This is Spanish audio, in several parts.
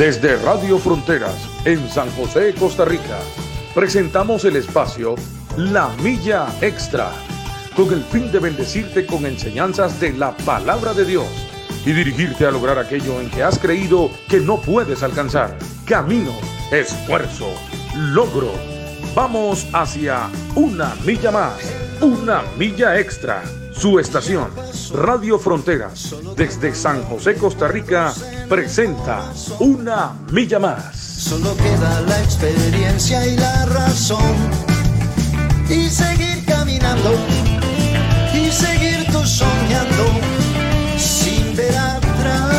Desde Radio Fronteras, en San José, Costa Rica, presentamos el espacio La Milla Extra, con el fin de bendecirte con enseñanzas de la Palabra de Dios y dirigirte a lograr aquello en que has creído que no puedes alcanzar. Camino, esfuerzo, logro. Vamos hacia una milla más, una milla extra. Su estación, Radio Fronteras, desde San José, Costa Rica, presenta Una Milla Más. Solo queda la experiencia y la razón, y seguir caminando, y seguir tú soñando, sin ver atrás.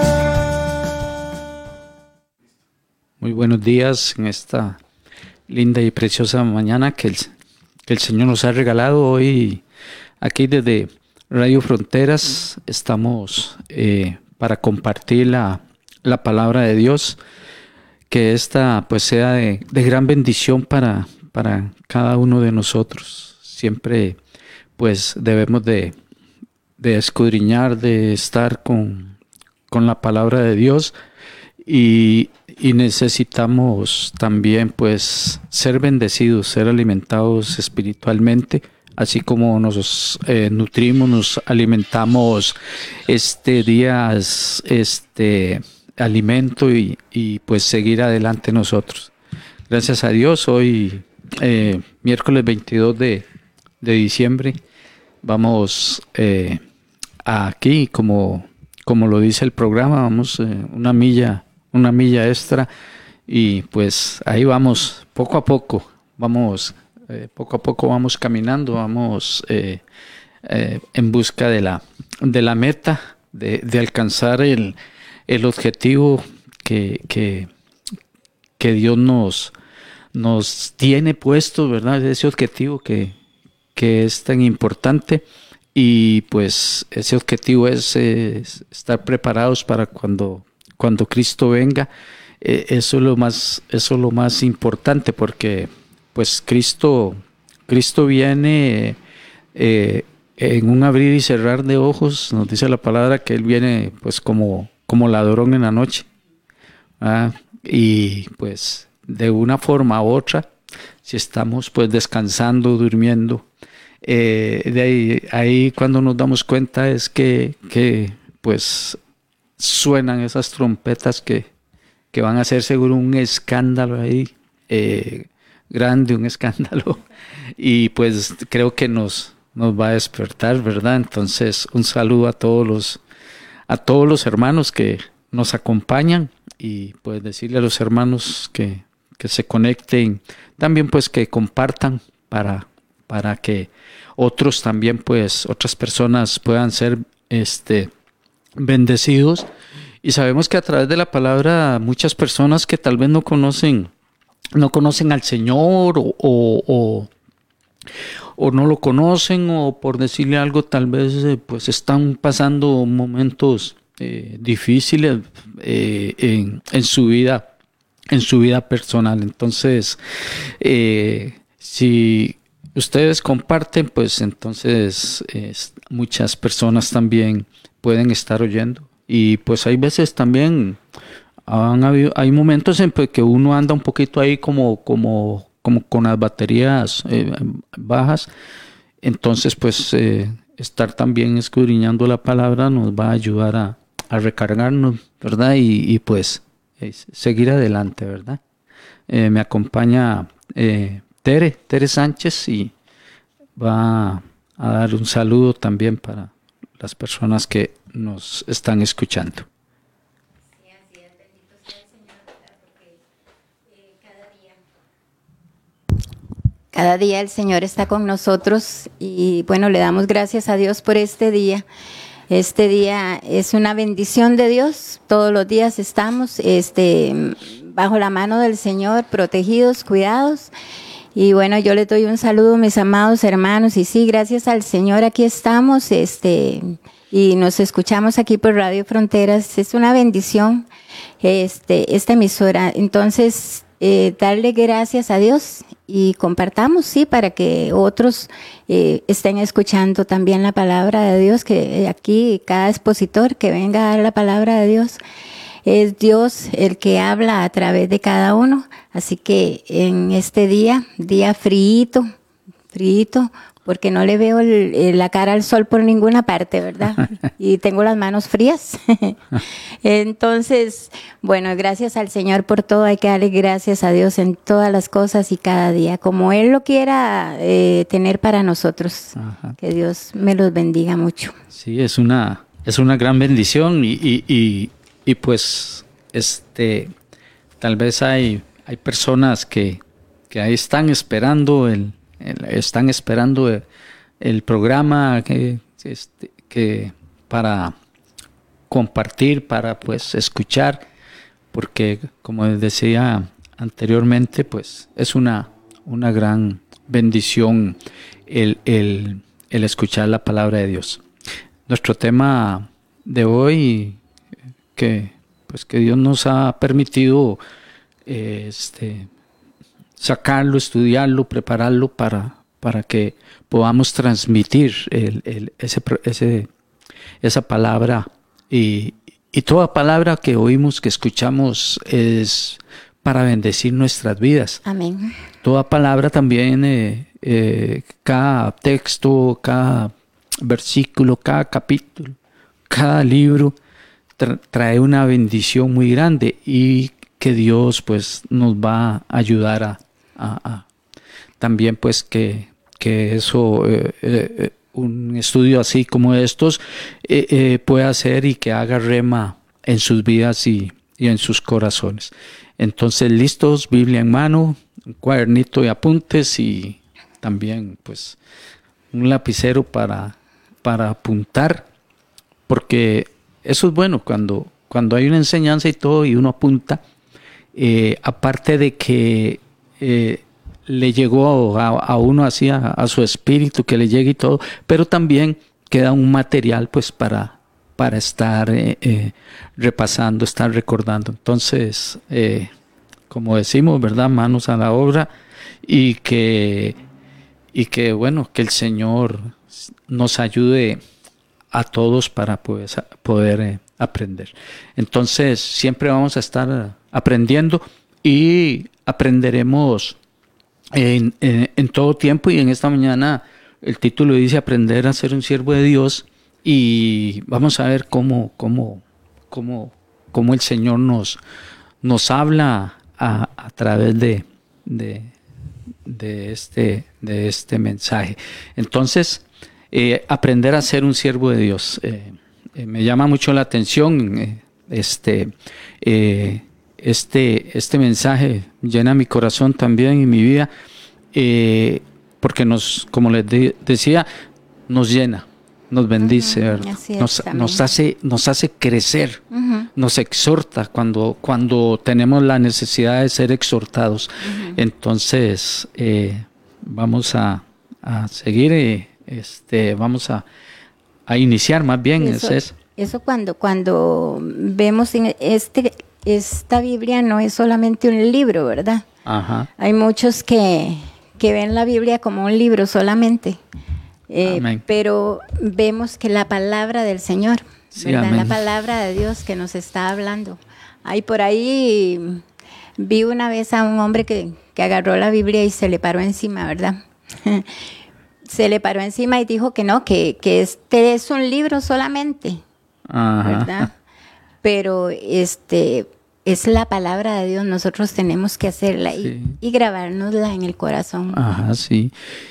Muy buenos días en esta linda y preciosa mañana que el Señor nos ha regalado hoy. Aquí desde Radio Fronteras estamos para compartir la palabra de Dios, que esta pues sea de gran bendición para cada uno de nosotros. Siempre pues debemos de escudriñar, de estar con la palabra de Dios y necesitamos también pues ser bendecidos, ser alimentados espiritualmente. Así como nos nutrimos, nos alimentamos alimento y pues seguir adelante nosotros. Gracias a Dios, hoy miércoles 22 de diciembre vamos aquí, como lo dice el programa, vamos una milla extra y pues ahí vamos, poco a poco vamos caminando, vamos en busca de la meta, de alcanzar el objetivo que Dios nos tiene puesto, ¿verdad? Ese objetivo que es tan importante, y pues ese objetivo es estar preparados para cuando Cristo venga. Eso es lo más importante, porque pues Cristo viene en un abrir y cerrar de ojos. Nos dice la palabra que Él viene pues como ladrón en la noche. Y pues de una forma u otra, si estamos pues descansando, durmiendo, de ahí cuando nos damos cuenta es que pues suenan esas trompetas que van a hacer seguro un escándalo ahí, grande, un escándalo, y pues creo que nos va a despertar, ¿verdad? Entonces un saludo a todos los hermanos que nos acompañan, y pues decirle a los hermanos que se conecten, también pues que compartan para que otros también pues otras personas puedan ser bendecidos. Y sabemos que a través de la palabra muchas personas que tal vez no conocen al Señor o no lo conocen, o por decirle algo tal vez pues están pasando momentos difíciles en su vida personal. Entonces si ustedes comparten, pues entonces muchas personas también pueden estar oyendo. Y pues hay veces también hay momentos en que uno anda un poquito ahí como con las baterías bajas. Entonces pues estar también escudriñando la palabra nos va a ayudar a recargarnos, ¿verdad? Y pues seguir adelante, ¿verdad? Me acompaña Tere Sánchez, y va a dar un saludo también para las personas que nos están escuchando. Sí, así es, bendito sea el Señor, ¿verdad? Porque cada día el Señor está con nosotros, y bueno, le damos gracias a Dios por este día. Este día es una bendición de Dios. Todos los días estamos bajo la mano del Señor, protegidos, cuidados. Y bueno, yo les doy un saludo, mis amados hermanos, y sí, gracias al Señor aquí estamos, y nos escuchamos aquí por Radio Fronteras. Es una bendición esta emisora. Entonces, darle gracias a Dios y compartamos, sí, para que otros estén escuchando también la palabra de Dios, que aquí cada expositor que venga a dar la palabra de Dios es Dios el que habla a través de cada uno. Así que en este día fríito, porque no le veo la cara al sol por ninguna parte, ¿verdad? Y tengo las manos frías. Entonces, bueno, gracias al Señor por todo. Hay que darle gracias a Dios en todas las cosas y cada día, como Él lo quiera tener para nosotros. Ajá. Que Dios me los bendiga mucho. Sí, es una gran bendición y pues tal vez hay personas que ahí están esperando el programa que para compartir, para pues escuchar, porque como decía anteriormente, pues es una gran bendición el escuchar la palabra de Dios. Nuestro tema de hoy, que Dios nos ha permitido sacarlo, estudiarlo, prepararlo para que podamos transmitir esa palabra y toda palabra que oímos, que escuchamos es para bendecir nuestras vidas. Amén. Toda palabra también, cada texto, cada versículo, cada capítulo, cada libro trae una bendición muy grande y que Dios pues nos va a ayudar a también pues que eso un estudio así como estos pueda hacer y que haga rema en sus vidas y en sus corazones. Entonces, listos, Biblia en mano, un cuadernito y apuntes y también pues un lapicero para apuntar, porque eso es bueno cuando hay una enseñanza y todo y uno apunta, aparte de que le llegó a uno así a su espíritu, que le llegue y todo, pero también queda un material pues para estar repasando, estar recordando. Entonces, como decimos, ¿verdad? Manos a la obra y que bueno, que el Señor nos ayude a todos para pues, poder aprender. Entonces, siempre vamos a estar aprendiendo y aprenderemos en todo tiempo, y en esta mañana el título dice aprender a ser un siervo de Dios, y vamos a ver cómo el Señor nos habla a través de este mensaje. Entonces, aprender a ser un siervo de Dios. Me llama mucho la atención este mensaje, llena mi corazón también y mi vida, porque como les decía, nos llena, nos bendice, ¿verdad? Nos hace crecer, nos exhorta cuando tenemos la necesidad de ser exhortados. Entonces, vamos a seguir, vamos a iniciar más bien. Eso cuando vemos en esta Biblia no es solamente un libro, ¿verdad? Ajá. Hay muchos que ven la Biblia como un libro solamente, pero vemos que la palabra del Señor, sí, ¿verdad? La palabra de Dios que nos está hablando. Por ahí vi una vez a un hombre que agarró la Biblia y se le paró encima, ¿verdad? Se le paró encima y dijo que no, que este es un libro solamente. Ajá. ¿Verdad? Pero es la palabra de Dios, nosotros tenemos que hacerla, sí, y grabárnosla en el corazón. Ajá, sí.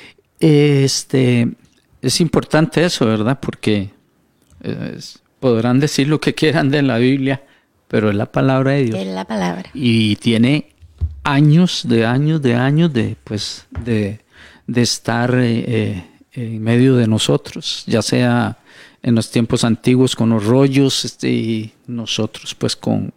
Es importante eso, ¿verdad? Porque podrán decir lo que quieran de la Biblia, pero es la palabra de Dios. Es la palabra. Y tiene años de estar en medio de nosotros, ya sea en los tiempos antiguos con los rollos, y nosotros pues con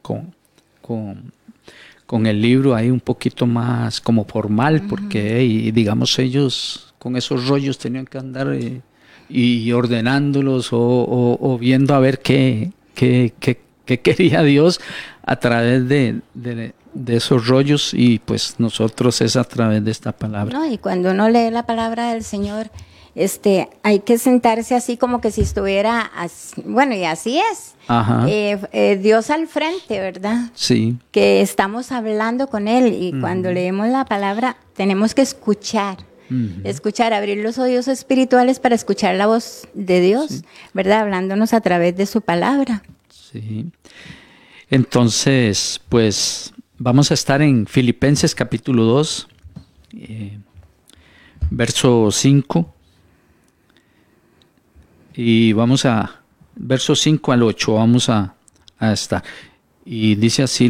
el libro ahí un poquito más como formal, porque digamos ellos con esos rollos tenían que andar y ordenándolos o viendo a ver qué quería Dios a través de esos rollos, y pues nosotros es a través de esta palabra. No, y cuando uno lee la palabra del Señor, hay que sentarse así como que si estuviera, bueno, y así es. Ajá. Dios al frente, ¿verdad? Sí. Que estamos hablando con Él y cuando leemos la palabra tenemos que escuchar. Escuchar, abrir los oídos espirituales para escuchar la voz de Dios, ¿verdad? Hablándonos a través de su palabra. Sí. Entonces, pues vamos a estar en Filipenses capítulo 2, verso 5. Y vamos a, verso 5 al 8, vamos a estar. Y dice así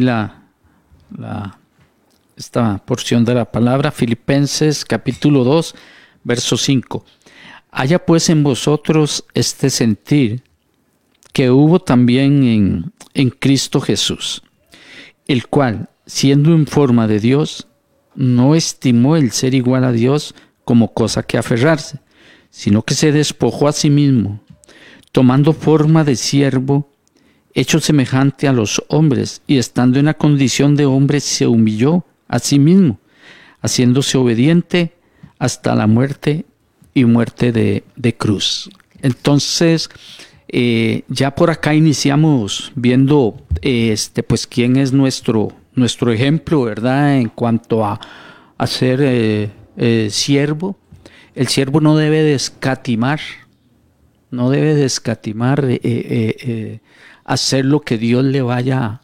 esta porción de la palabra, Filipenses capítulo 2, verso 5. Haya pues en vosotros este sentir que hubo también en Cristo Jesús, el cual, siendo en forma de Dios, no estimó el ser igual a Dios como cosa que aferrarse, sino que se despojó a sí mismo, tomando forma de siervo, hecho semejante a los hombres, y estando en la condición de hombre se humilló a sí mismo, haciéndose obediente hasta la muerte y muerte de cruz. Entonces, ya por acá iniciamos viendo pues quién es nuestro ejemplo, ¿verdad? En cuanto a ser siervo. El siervo no debe de escatimar, hacer lo que Dios le vaya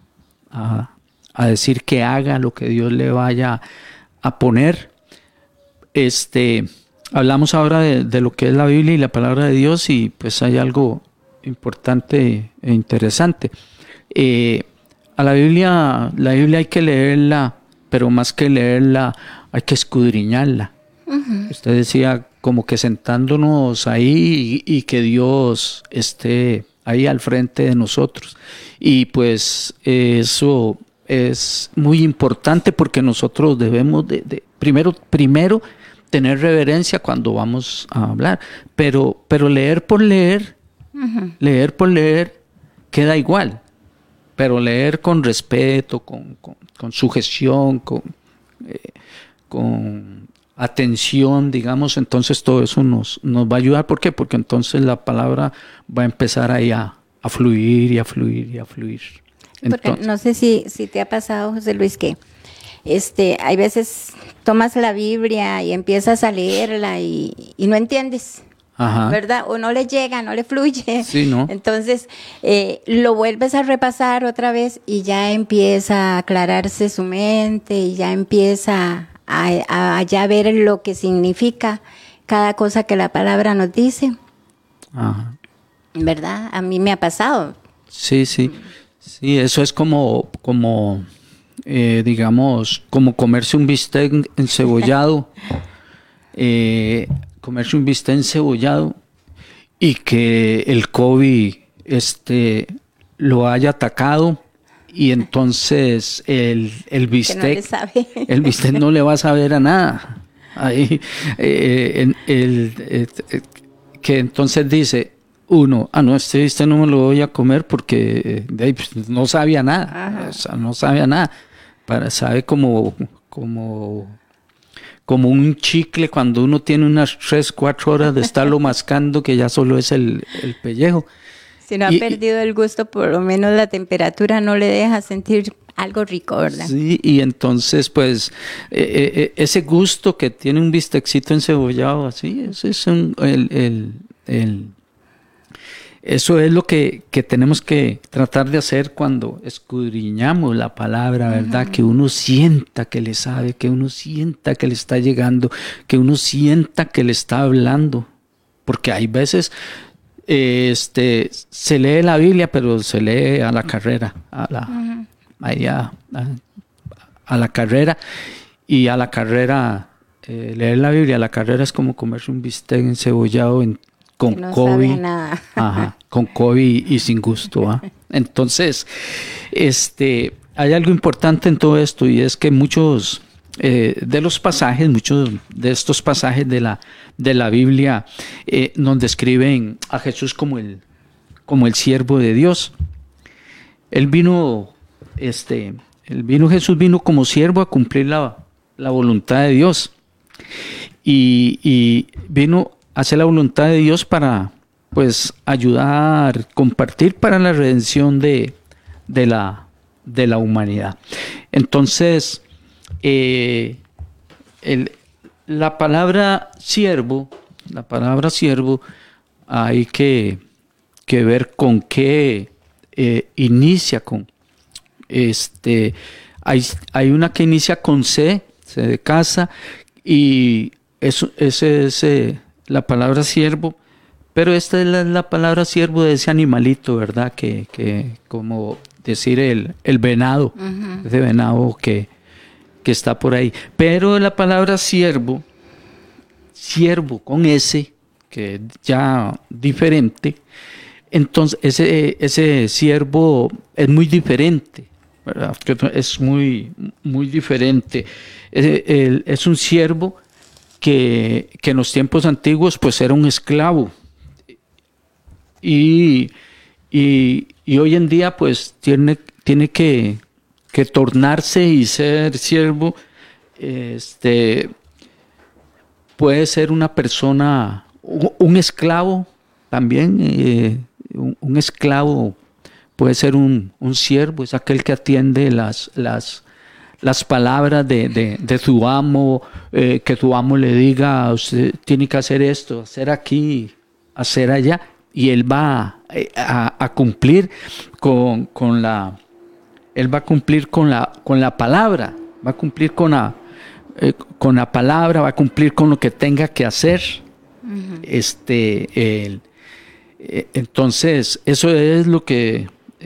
a decir que haga, lo que Dios le vaya a poner. Hablamos ahora de lo que es la Biblia y la palabra de Dios, y pues hay algo importante e interesante. A la Biblia hay que leerla, pero más que leerla hay que escudriñarla. Usted decía como que sentándonos ahí y que Dios esté ahí al frente de nosotros. Y pues eso es muy importante porque nosotros debemos de primero tener reverencia cuando vamos a hablar, pero leer por leer queda igual, pero leer con respeto, con sujeción, con atención, digamos, entonces todo eso nos va a ayudar. ¿Por qué? Porque entonces la palabra va a empezar ahí a fluir y a fluir y a fluir. Porque no sé si te ha pasado, José Luis, que hay veces tomas la Biblia y empiezas a leerla y no entiendes, Ajá. ¿verdad? O no le llega, no le fluye. Sí, ¿no? Entonces, lo vuelves a repasar otra vez y ya empieza a aclararse su mente y ya empieza a ya ver lo que significa cada cosa que la palabra nos dice. Ajá. ¿Verdad? A mí me ha pasado. Sí, eso es como digamos, como comerse un bistec encebollado, y que el COVID lo haya atacado, y entonces el bistec, Que no le sabe. el bistec no le va a saber a nada. Ahí, que entonces dice uno, no, este bistec no me lo voy a comer porque no sabía nada. O sea, no sabía nada. Sabe como un chicle cuando uno tiene unas 3-4 horas de estarlo mascando, que ya solo es el pellejo. Si no ha perdido el gusto, por lo menos la temperatura no le deja sentir algo rico, ¿verdad? Sí, y entonces pues ese gusto que tiene un bistecito encebollado así, ese es eso es lo que tenemos que tratar de hacer cuando escudriñamos la palabra, ¿verdad? Que uno sienta que le sabe, que uno sienta que le está llegando, que uno sienta que le está hablando. Porque hay veces se lee la Biblia, pero se lee a la carrera, a la carrera, y a la carrera, leer la Biblia a la carrera es como comerse un bistec encebollado con no COVID, sabe nada. con COVID y sin gusto. Entonces, hay algo importante en todo esto, y es que muchos de estos pasajes de la Biblia nos describen a Jesús como el siervo de Dios. Jesús vino como siervo a cumplir la voluntad de Dios, y vino hacer la voluntad de Dios para, pues, ayudar, compartir para la redención de la humanidad. Entonces, la palabra siervo, hay que ver con qué inicia con. Hay una que inicia con C de casa, y ese es la palabra siervo, pero esta es la palabra siervo de ese animalito, ¿verdad? Que como decir el venado, ese venado que está por ahí. Pero la palabra siervo con S, que es ya diferente, entonces ese siervo es muy diferente, ¿verdad? Es muy, muy diferente. Es un siervo que en los tiempos antiguos pues era un esclavo, y hoy en día pues tiene que tornarse y ser siervo. Puede ser una persona, un esclavo también. Un esclavo puede ser un siervo, es aquel que atiende las palabras de su amo, que su amo le diga: usted tiene que hacer esto, hacer aquí, hacer allá, y él va a cumplir con la palabra, va a cumplir con la palabra, va a cumplir con lo que tenga que hacer. Entonces, eso es lo que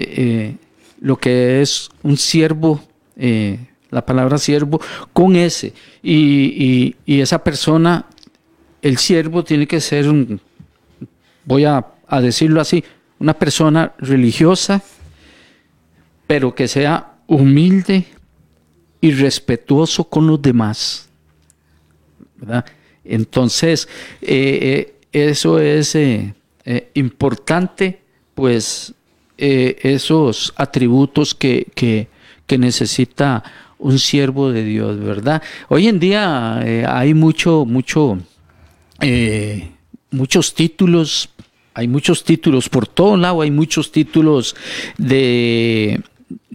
es un siervo, la palabra siervo con S, y esa persona, el siervo, tiene que ser voy a decirlo así, una persona religiosa, pero que sea humilde y respetuoso con los demás, ¿verdad? Entonces, eso es importante, pues, esos atributos que necesita un siervo de Dios, ¿verdad? Hoy en día hay muchos títulos. Hay muchos títulos por todo lado, hay muchos títulos de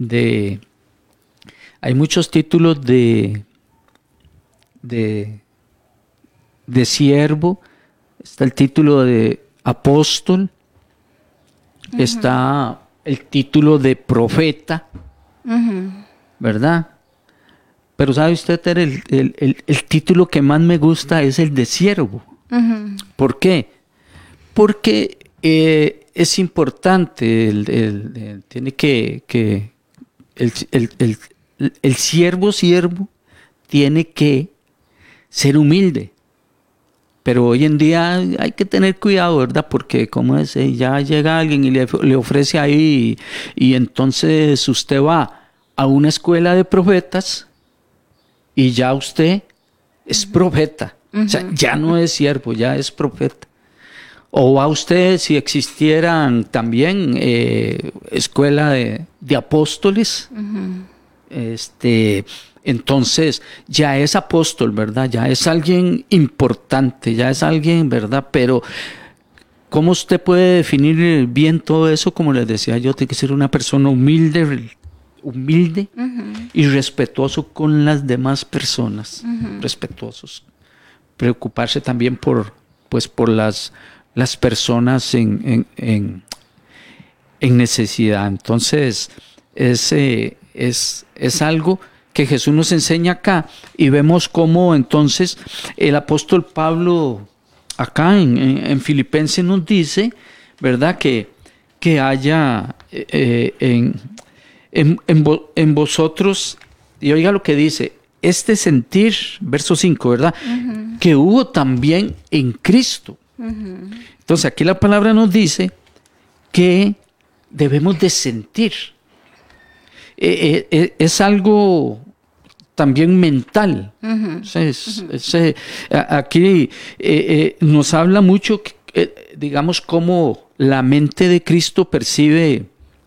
siervo. Está el título de apóstol, está el título de profeta, ¿verdad? Pero ¿sabe usted, el título que más me gusta es el de siervo? ¿Por qué? Porque es importante, tiene que el siervo tiene que ser humilde. Pero hoy en día hay que tener cuidado, ¿verdad? Porque como es, ya llega alguien y le ofrece ahí, y entonces usted va a una escuela de profetas y ya usted es profeta. O sea, ya no es siervo, ya es profeta. O va usted, si existieran también escuela de apóstoles, entonces ya es apóstol, ¿verdad? Ya es alguien importante, ya es alguien, ¿verdad? Pero ¿cómo usted puede definir bien todo eso? Como les decía yo, tiene que ser una persona humilde y respetuoso con las demás personas, respetuosos. Preocuparse también por las personas en necesidad. Entonces, es algo que Jesús nos enseña acá, y vemos cómo entonces el apóstol Pablo acá en Filipenses nos dice, ¿verdad? Que haya en vosotros, y oiga lo que dice, este sentir, verso 5, ¿verdad? Que hubo también en Cristo. Entonces aquí la palabra nos dice que debemos de sentir. Es algo también mental. Aquí nos habla mucho, digamos, cómo la mente de Cristo percibe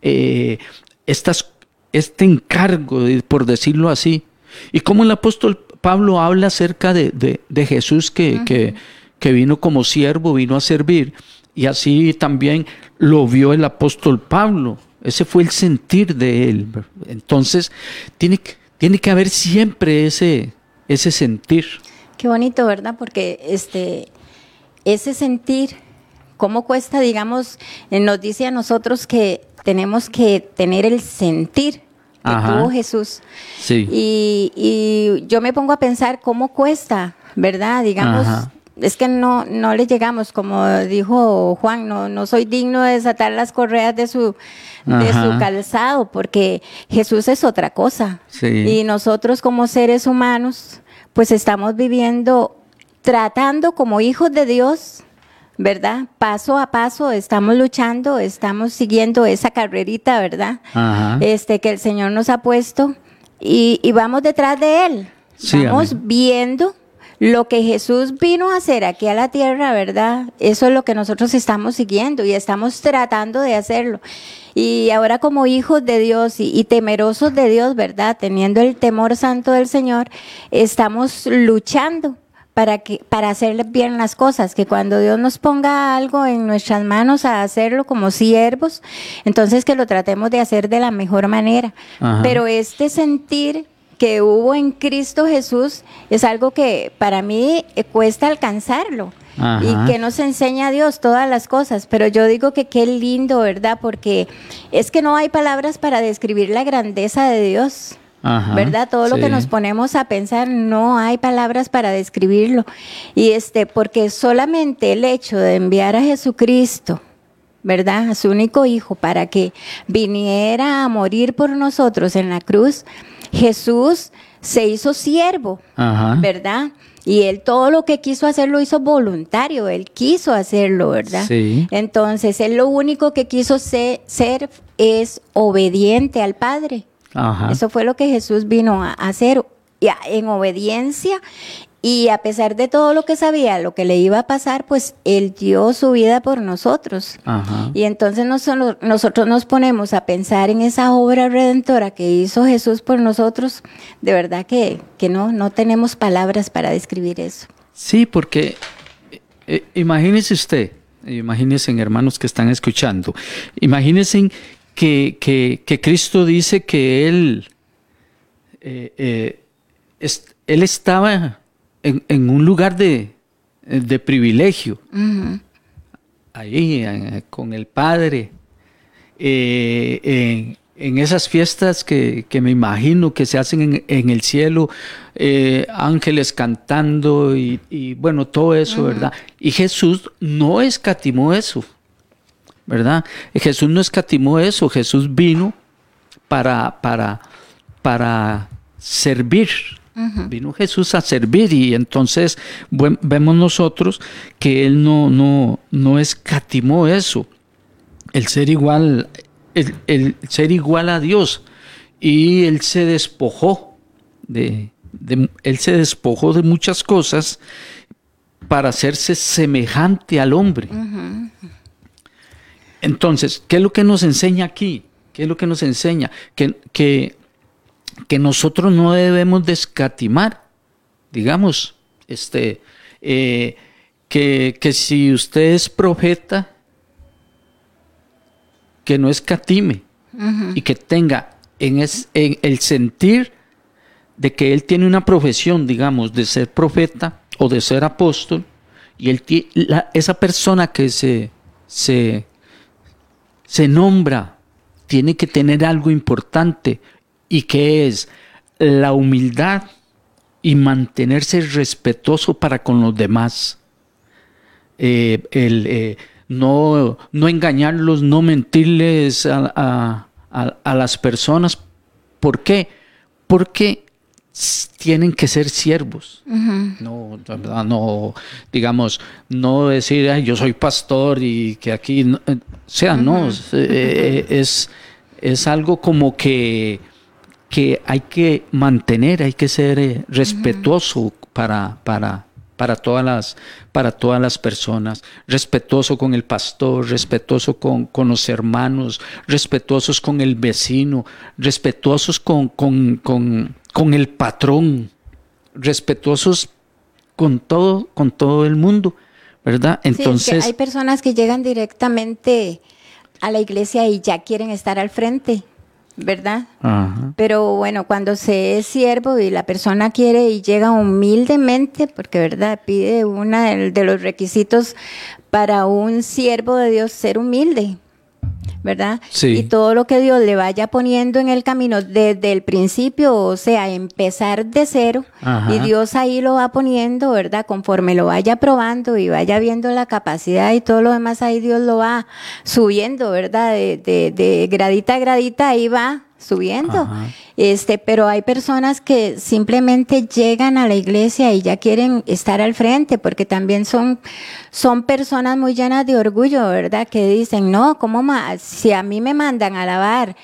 este encargo, por decirlo así, y cómo el apóstol Pablo habla acerca de Jesús que que vino como siervo, vino a servir, y así también lo vio el apóstol Pablo. Ese fue el sentir de él. Entonces, tiene que haber siempre ese sentir. Qué bonito, ¿verdad? Porque ese sentir, ¿cómo cuesta? Digamos, nos dice a nosotros que tenemos que tener el sentir que tuvo Jesús. Sí. Y yo me pongo a pensar cómo cuesta, ¿verdad? Digamos, es que no le llegamos, como dijo Juan, no soy digno de desatar las correas de su calzado, porque Jesús es otra cosa. Sí. Y nosotros como seres humanos, pues estamos viviendo, tratando como hijos de Dios, ¿verdad? Paso a paso estamos luchando, estamos siguiendo esa carrerita, ¿verdad? Que el Señor nos ha puesto y vamos detrás de Él. Sí, vamos viendo lo que Jesús vino a hacer aquí a la tierra, ¿verdad? Eso es lo que nosotros estamos siguiendo y estamos tratando de hacerlo. Y ahora como hijos de Dios y temerosos de Dios, ¿verdad? Teniendo el temor santo del Señor, estamos luchando para hacer bien las cosas, que cuando Dios nos ponga algo en nuestras manos a hacerlo como siervos, entonces que lo tratemos de hacer de la mejor manera. Pero este sentir que hubo en Cristo Jesús es algo que para mí cuesta alcanzarlo. Y que nos enseña Dios todas las cosas, pero yo digo que qué lindo, ¿verdad? Porque es que no hay palabras para describir la grandeza de Dios. ¿Verdad? Todo lo que nos ponemos a pensar, no hay palabras para describirlo. Y porque solamente el hecho de enviar a Jesucristo, ¿verdad? A su único hijo para que viniera a morir por nosotros en la cruz, Jesús se hizo siervo, ¿verdad? Y él todo lo que quiso hacer lo hizo voluntario, él quiso hacerlo, ¿verdad? Sí. Entonces, él lo único que quiso ser es obediente al Padre. Eso fue lo que Jesús vino a hacer en obediencia, y a pesar de todo lo que sabía, lo que le iba a pasar, pues él dio su vida por nosotros. Y entonces nosotros nos ponemos a pensar en esa obra redentora que hizo Jesús por nosotros. De verdad que no tenemos palabras para describir eso. Sí, porque imagínese usted, imagínense, hermanos que están escuchando, imagínense que Cristo dice que Él estaba en un lugar de privilegio, ahí con el Padre, en esas fiestas que me imagino que se hacen en el cielo, ángeles cantando y bueno, todo eso, ¿verdad? Y Jesús no escatimó eso, ¿verdad? Jesús no escatimó eso. Jesús vino para servir. Vino Jesús a servir, y entonces vemos nosotros que Él no escatimó eso. El ser igual a Dios, y Él se despojó Él se despojó de muchas cosas para hacerse semejante al hombre. Entonces, ¿qué es lo que nos enseña aquí? ¿Qué es lo que nos enseña? Que nosotros no debemos de escatimar, digamos, que si usted es profeta, que no escatime, y que tenga en el sentir de que él tiene una profesión, digamos, de ser profeta o de ser apóstol, y esa persona que se nombra tiene que tener algo importante, y que es la humildad y mantenerse respetuoso para con los demás. No engañarlos, no mentirles a las personas. ¿Por qué? Porque tienen que ser siervos. No, digamos, no decir, ay, yo soy pastor y que aquí, no, es algo como que hay que mantener, hay que ser respetuoso para todas las personas, respetuoso con el pastor, respetuoso con los hermanos, respetuosos con el vecino, respetuosos con el patrón, respetuosos con todo el mundo, ¿verdad? Sí, es Entonces, que hay personas que llegan directamente a la iglesia y ya quieren estar al frente, ¿verdad? ajá, Pero bueno, cuando se es siervo y la persona quiere y llega humildemente, porque verdad, pide uno de los requisitos para un siervo de Dios, ser humilde, ¿verdad? Sí. Y todo lo que Dios le vaya poniendo en el camino desde el principio, o sea, empezar de cero, Ajá. y Dios ahí lo va poniendo, ¿verdad? Conforme lo vaya probando y vaya viendo la capacidad y todo lo demás, ahí Dios lo va subiendo, ¿verdad? De gradita a gradita, ahí va subiendo. Ajá. Pero hay personas que simplemente llegan a la iglesia y ya quieren estar al frente, porque también son personas muy llenas de orgullo, ¿verdad? Que dicen, no, si a mí me mandan a lavar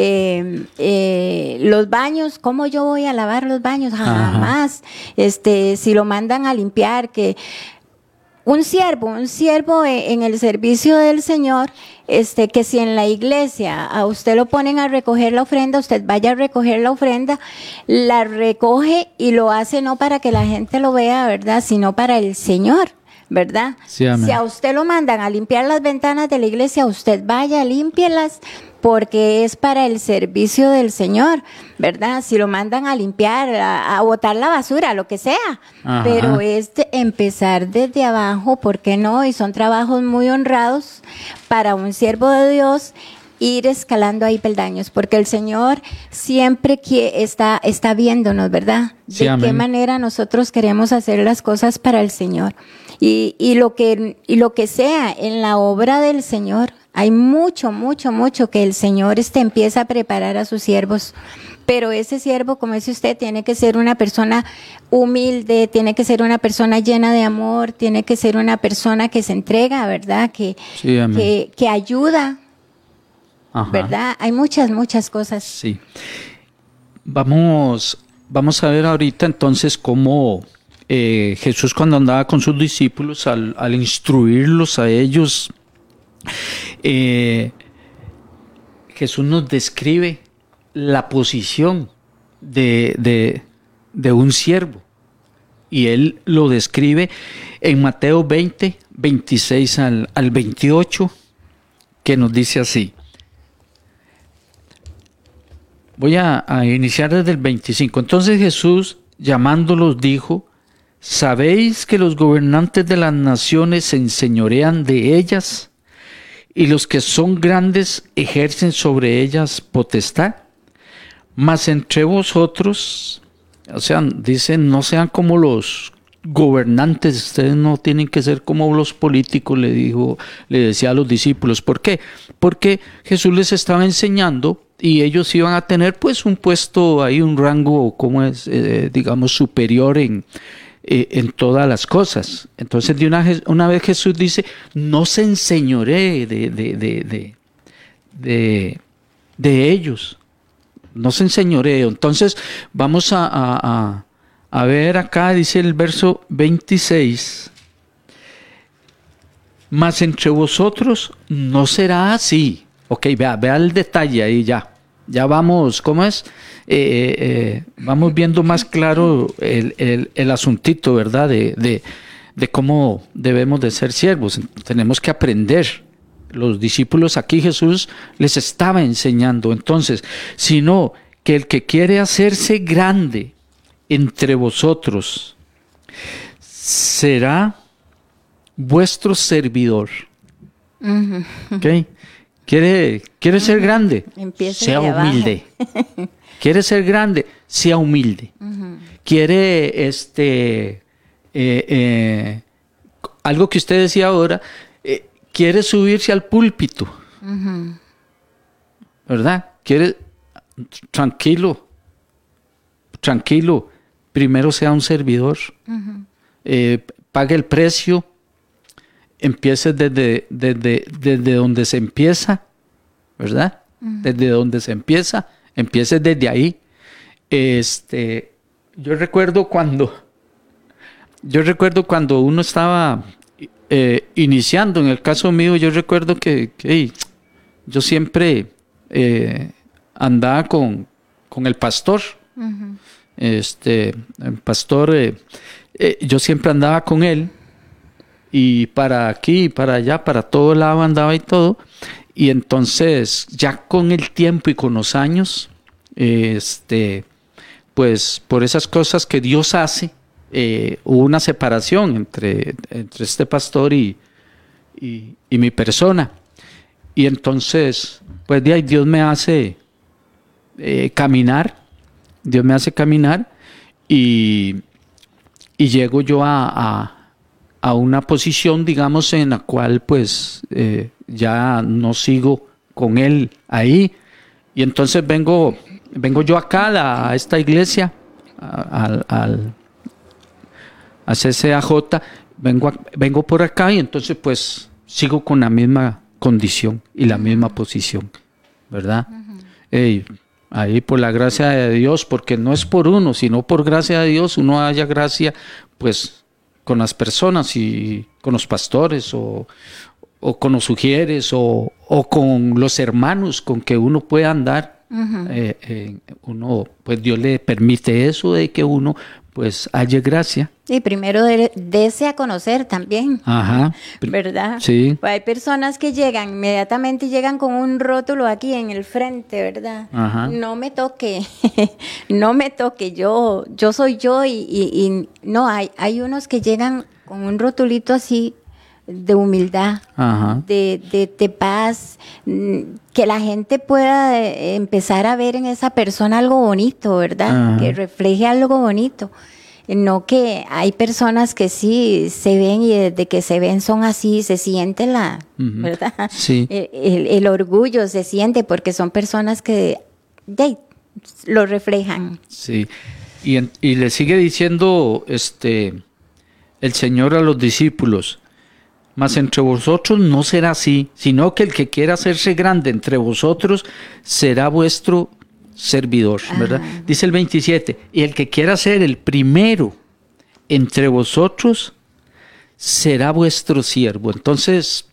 los baños, ¿cómo yo voy a lavar los baños? Jamás. Si lo mandan a limpiar, que un siervo en el servicio del Señor, que si en la iglesia a usted lo ponen a recoger la ofrenda, usted vaya a recoger la ofrenda, la recoge y lo hace no para que la gente lo vea, ¿verdad? Sino para el Señor, ¿verdad? Sí, amén. Si a usted lo mandan a limpiar las ventanas de la iglesia, usted vaya, límpielas, porque es para el servicio del Señor, ¿verdad? Si lo mandan a limpiar, a botar la basura, lo que sea, Ajá. pero es de empezar desde abajo, ¿por qué no? Y son trabajos muy honrados para un siervo de Dios, ir escalando ahí peldaños, porque el Señor siempre está viéndonos, ¿verdad? Sí, de amén. qué manera nosotros queremos hacer las cosas para el Señor. Y lo que sea en la obra del Señor, hay mucho que el Señor empieza a preparar a sus siervos. Pero ese siervo, como dice usted, tiene que ser una persona humilde, tiene que ser una persona llena de amor, tiene que ser una persona que se entrega, ¿verdad? Sí, amén. Que ayuda, Ajá. ¿verdad? Hay muchas cosas. Sí. Vamos a ver ahorita entonces cómo Jesús, cuando andaba con sus discípulos, al instruirlos a ellos, Jesús nos describe la posición de un siervo. Y él lo describe en Mateo 20, 26 al 28, que nos dice así. Voy a iniciar desde el 25. Entonces Jesús, llamándolos, dijo: ¿sabéis que los gobernantes de las naciones se enseñorean de ellas, y los que son grandes ejercen sobre ellas potestad? Mas entre vosotros, o sea, dicen, no sean como los gobernantes, ustedes no tienen que ser como los políticos, le decía a los discípulos. ¿Por qué? Porque Jesús les estaba enseñando y ellos iban a tener pues un puesto ahí, un rango, digamos, superior en todas las cosas. Entonces de una vez Jesús dice, no se enseñoree de ellos, no se enseñoree. Entonces vamos a ver acá, dice el verso 26, mas entre vosotros no será así. Ok, vea el detalle ahí ya vamos, ¿cómo es? Vamos viendo más claro el asuntito, ¿verdad? De cómo debemos de ser siervos. Tenemos que aprender. Los discípulos aquí Jesús les estaba enseñando. Entonces, sino que el que quiere hacerse grande entre vosotros será vuestro servidor. Uh-huh. ¿Ok? ¿Quiere ser grande? Empieza sea de abajo. humilde. ¿Quiere ser grande? Sea humilde. Uh-huh. ¿Quiere algo que usted decía ahora? ¿Quiere subirse al púlpito? Uh-huh. ¿Verdad? ¿Quiere? Tranquilo. Primero sea un servidor. Uh-huh. Pague el precio. Empiece desde donde se empieza, ¿verdad? Uh-huh. Desde donde se empieza, empiece desde ahí. Yo recuerdo cuando uno estaba iniciando. En el caso mío, yo recuerdo que yo siempre andaba con el pastor. Uh-huh. El pastor, yo siempre andaba con él. y para aquí y para allá, para todo lado andaba y todo. Y entonces ya con el tiempo y con los años, pues por esas cosas que Dios hace, hubo una separación entre este pastor y mi persona. Y entonces, pues de ahí Dios me hace caminar, y llego yo a una posición, digamos, en la cual pues ya no sigo con él ahí. Y entonces vengo yo acá a esta iglesia, a CCAJ, vengo por acá, y entonces pues sigo con la misma condición y la misma posición, ¿verdad? Ahí por la gracia de Dios, porque no es por uno, sino por gracia de Dios, uno haya gracia pues con las personas y con los pastores o con los sugieres o con los hermanos con que uno pueda andar. Uno, pues Dios le permite eso, de que uno pues haya gracia. Y primero dese a conocer también. Ajá. ¿Verdad? Sí. Pues hay personas que inmediatamente llegan con un rótulo aquí en el frente, ¿verdad? Ajá. No me toque, no me toque, yo soy yo, y no, hay unos que llegan con un rotulito así de humildad, Ajá. de paz, que la gente pueda empezar a ver en esa persona algo bonito, ¿verdad? Ajá. Que refleje algo bonito. No, que hay personas que sí se ven y desde que se ven son así, se siente ¿verdad? Sí. El orgullo se siente, porque son personas que lo reflejan. Sí. Y le sigue diciendo el Señor a los discípulos: mas entre vosotros no será así, sino que el que quiera hacerse grande entre vosotros será vuestro servidor, ¿verdad? Ajá. Dice el 27, y el que quiera ser el primero entre vosotros será vuestro siervo. Entonces,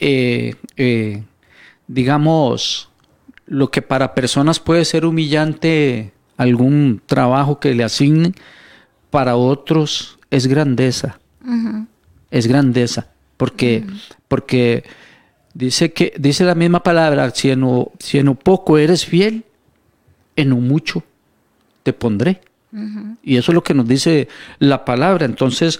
digamos, lo que para personas puede ser humillante, algún trabajo que le asignen, para otros es grandeza. Uh-huh. Es grandeza, porque dice la misma palabra: si en lo poco eres fiel, en lo mucho te pondré. Uh-huh. Y eso es lo que nos dice la palabra. Entonces,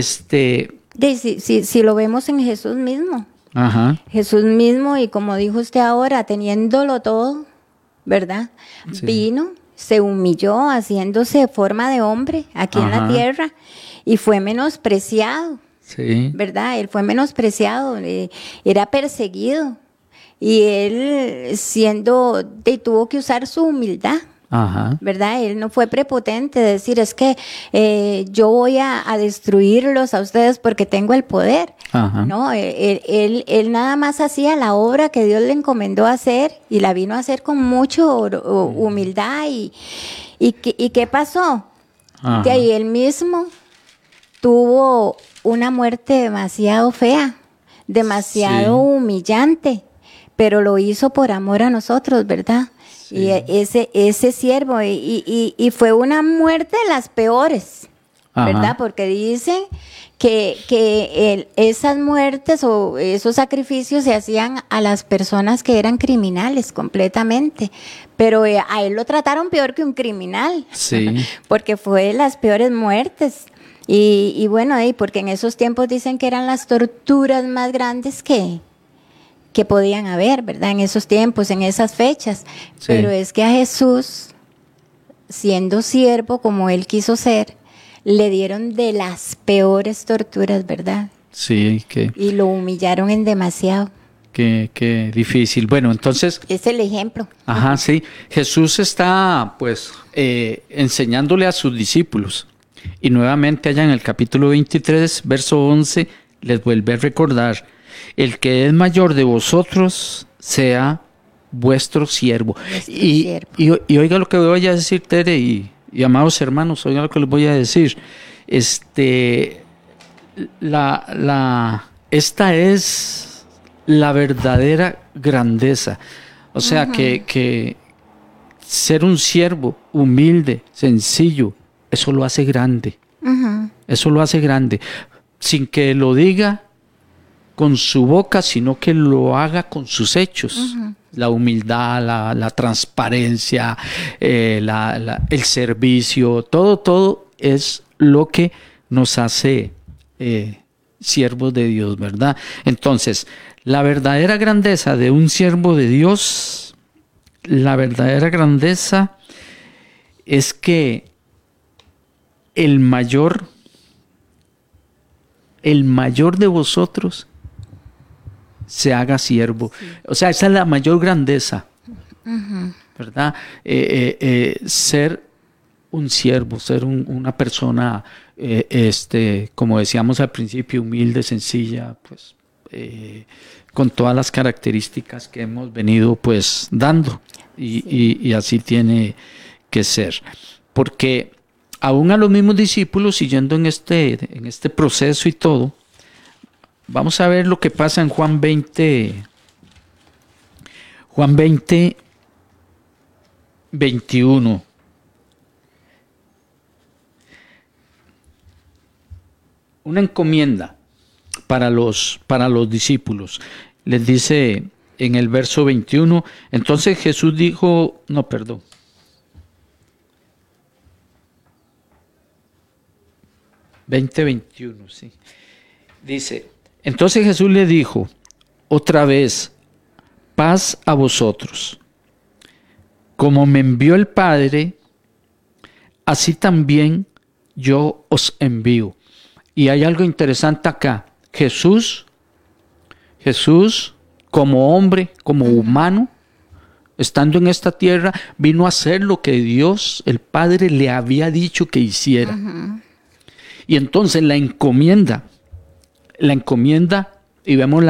si lo vemos en Jesús mismo. Ajá. Jesús mismo, y como dijo usted ahora, teniéndolo todo, ¿verdad? Sí. Vino, se humilló, haciéndose forma de hombre aquí en la tierra, y fue menospreciado. Sí. ¿Verdad? Él fue menospreciado, era perseguido, y él tuvo que usar su humildad. Ajá. ¿Verdad? Él no fue prepotente, decir, es que yo voy a destruirlos a ustedes porque tengo el poder. Ajá. No, él nada más hacía la obra que Dios le encomendó hacer, y la vino a hacer con mucha humildad. ¿Y qué pasó? Ajá. De ahí él mismo tuvo una muerte demasiado fea, demasiado humillante, pero lo hizo por amor a nosotros, ¿verdad? Sí. Y ese siervo, y fue una muerte de las peores, ¿verdad? Porque dicen que esas muertes o esos sacrificios se hacían a las personas que eran criminales completamente, pero a él lo trataron peor que un criminal, sí. Porque fue de las peores muertes. Y bueno, porque en esos tiempos dicen que eran las torturas más grandes que podían haber, ¿verdad? En esos tiempos, en esas fechas. Sí. Pero es que a Jesús, siendo siervo como él quiso ser, le dieron de las peores torturas, ¿verdad? Sí. Y lo humillaron en demasiado. Qué difícil. Bueno, entonces... Es el ejemplo. Ajá, sí. Jesús está, pues, enseñándole a sus discípulos. Y nuevamente allá en el capítulo 23, verso 11, les vuelve a recordar: el que es mayor de vosotros sea vuestro siervo. Y oiga lo que voy a decir, Tere, y amados hermanos, oiga lo que les voy a decir. Esta es la verdadera grandeza. O sea, que ser un siervo humilde, sencillo, eso lo hace grande. Uh-huh. Eso lo hace grande. sin que lo diga con su boca, sino que lo haga con sus hechos. Uh-huh. La humildad, la transparencia, el servicio, todo es lo que nos hace siervos de Dios, ¿verdad? Entonces, la verdadera grandeza de un siervo de Dios, la verdadera grandeza es que el mayor de vosotros se haga siervo. Sí. O sea, esa es la mayor grandeza, uh-huh, ¿verdad? Ser un siervo, ser una persona, como decíamos al principio, humilde, sencilla, pues, con todas las características que hemos venido, pues, dando. Y así tiene que ser. Porque aún a los mismos discípulos, siguiendo en este proceso y todo, vamos a ver lo que pasa en Juan 20, 21. Una encomienda para los discípulos. Les dice en el verso 21, entonces Jesús dijo, 20:21, sí. Dice, entonces Jesús le dijo otra vez, paz a vosotros. Como me envió el Padre, así también yo os envío. Y hay algo interesante acá. Jesús, como hombre, como humano, estando en esta tierra, vino a hacer lo que Dios, el Padre, le había dicho que hiciera. Uh-huh. Y entonces la encomienda, y vemos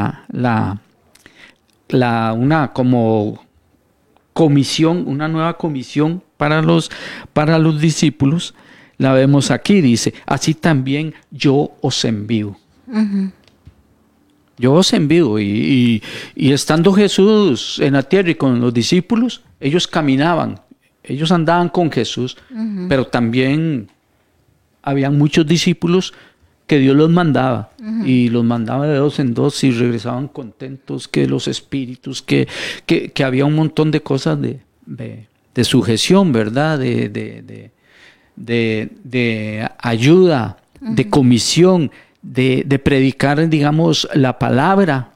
una como comisión, una nueva comisión para los discípulos, la vemos aquí, dice, así también yo os envío. Uh-huh. Yo os envío. Y estando Jesús en la tierra y con los discípulos, ellos caminaban, ellos andaban con Jesús, uh-huh, pero también habían muchos discípulos que Dios los mandaba, uh-huh, y los mandaba de 2 en 2 y regresaban contentos, que los espíritus, que había un montón de cosas de sujeción, ¿verdad? De ayuda, uh-huh, de comisión, de predicar, digamos, la palabra,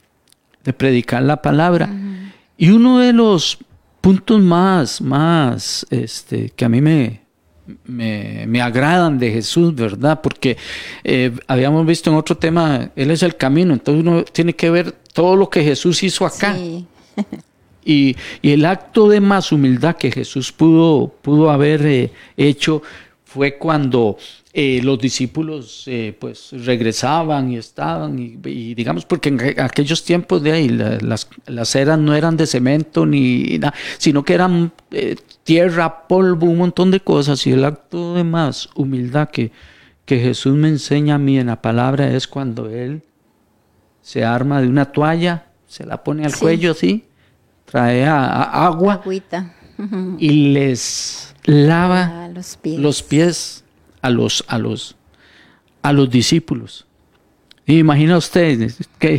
uh-huh. Y uno de los puntos más que a mí me agradan de Jesús, ¿verdad? Porque habíamos visto en otro tema, Él es el camino, entonces uno tiene que ver todo lo que Jesús hizo acá. Sí. Y el acto de más humildad que Jesús pudo haber hecho fue cuando los discípulos pues regresaban y estaban y digamos, porque en aquellos tiempos de ahí las eras no eran de cemento ni nada, sino que eran tierra, polvo, un montón de cosas. Y el acto de más humildad que Jesús me enseña a mí en la palabra es cuando Él se arma de una toalla, se la pone al cuello así, trae agua, agüita, y les lava los pies a los discípulos. Y imagina usted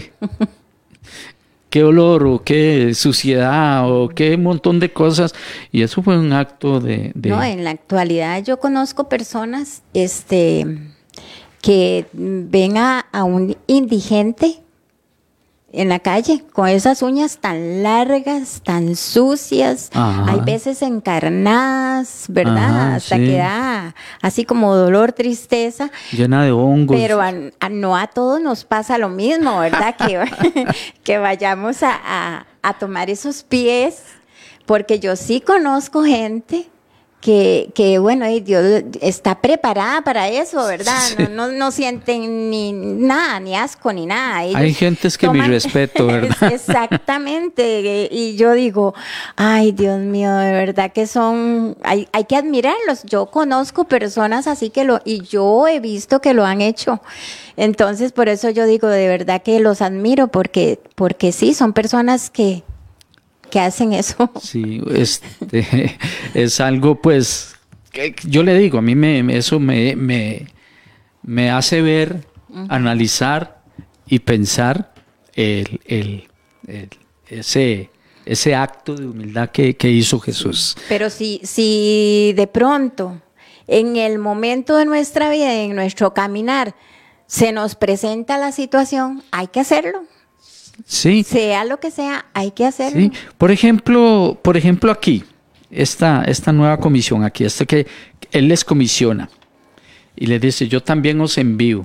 qué olor o qué suciedad o qué montón de cosas. Y eso fue un acto de... No, en la actualidad yo conozco personas que ven a un indigente en la calle con esas uñas tan largas, tan sucias, ajá, hay veces encarnadas, ¿verdad? Ajá, hasta sí, que da así como dolor, tristeza, llena de hongos. Pero no a todos nos pasa lo mismo, ¿verdad? que vayamos a tomar esos pies, porque yo sí conozco gente que bueno, Dios está preparada para eso, ¿verdad? Sí. No sienten ni nada, ni asco, ni nada. Ellos hay gentes que mi respeto, ¿verdad? Exactamente. Y yo digo, ay, Dios mío, de verdad que hay que admirarlos. Yo conozco personas así y yo he visto que lo han hecho. Entonces, por eso yo digo, de verdad que los admiro, porque sí, son personas que hacen eso. Sí, es algo, pues, que yo le digo, a mí eso me me hace ver, analizar y pensar ese acto de humildad que hizo Jesús. Pero si de pronto, en el momento de nuestra vida, en nuestro caminar, se nos presenta la situación, hay que hacerlo. Sí. Sea lo que sea, hay que hacerlo. Sí. Por ejemplo aquí, esta nueva comisión aquí, esto que Él les comisiona y les dice, yo también os envío.